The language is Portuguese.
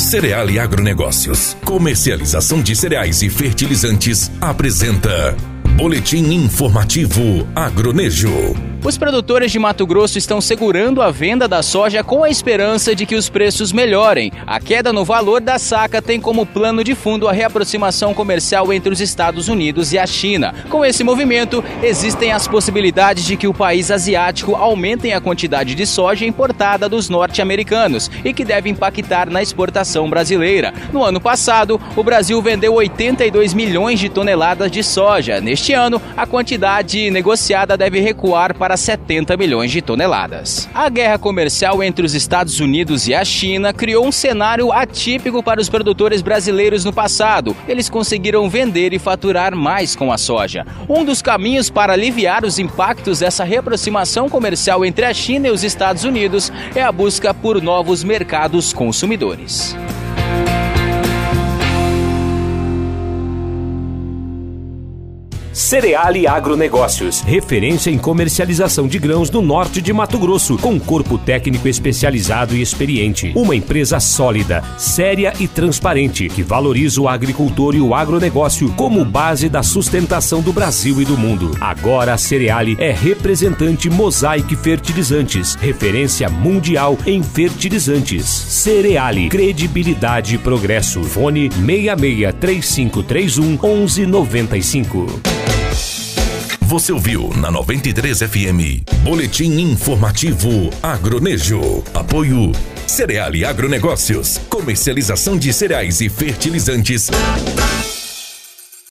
Cereale Agronegócios, comercialização de cereais e fertilizantes, apresenta Boletim Informativo Agronejo. Os produtores de Mato Grosso estão segurando a venda da soja com a esperança de que os preços melhorem. A queda no valor da saca tem como plano de fundo a reaproximação comercial entre os Estados Unidos e a China. Com esse movimento, existem as possibilidades de que o país asiático aumente a quantidade de soja importada dos norte-americanos e que deve impactar na exportação brasileira. No ano passado, o Brasil vendeu 82 milhões de toneladas de soja. Neste ano, a quantidade negociada deve recuar para 70 milhões de toneladas. A guerra comercial entre os Estados Unidos e a China criou um cenário atípico para os produtores brasileiros no passado. Eles conseguiram vender e faturar mais com a soja. Um dos caminhos para aliviar os impactos dessa reaproximação comercial entre a China e os Estados Unidos é a busca por novos mercados consumidores. Cereale Agronegócios, referência em comercialização de grãos no norte de Mato Grosso, com corpo técnico especializado e experiente. Uma empresa sólida, séria e transparente, que valoriza o agricultor e o agronegócio como base da sustentação do Brasil e do mundo. Agora a Cereale é representante Mosaic Fertilizantes, referência mundial em fertilizantes. Cereale, credibilidade e progresso. Fone 663531 1195. Você ouviu na 93 FM, Boletim Informativo Agronejo. Apoio Cereale Agronegócios, comercialização de cereais e fertilizantes.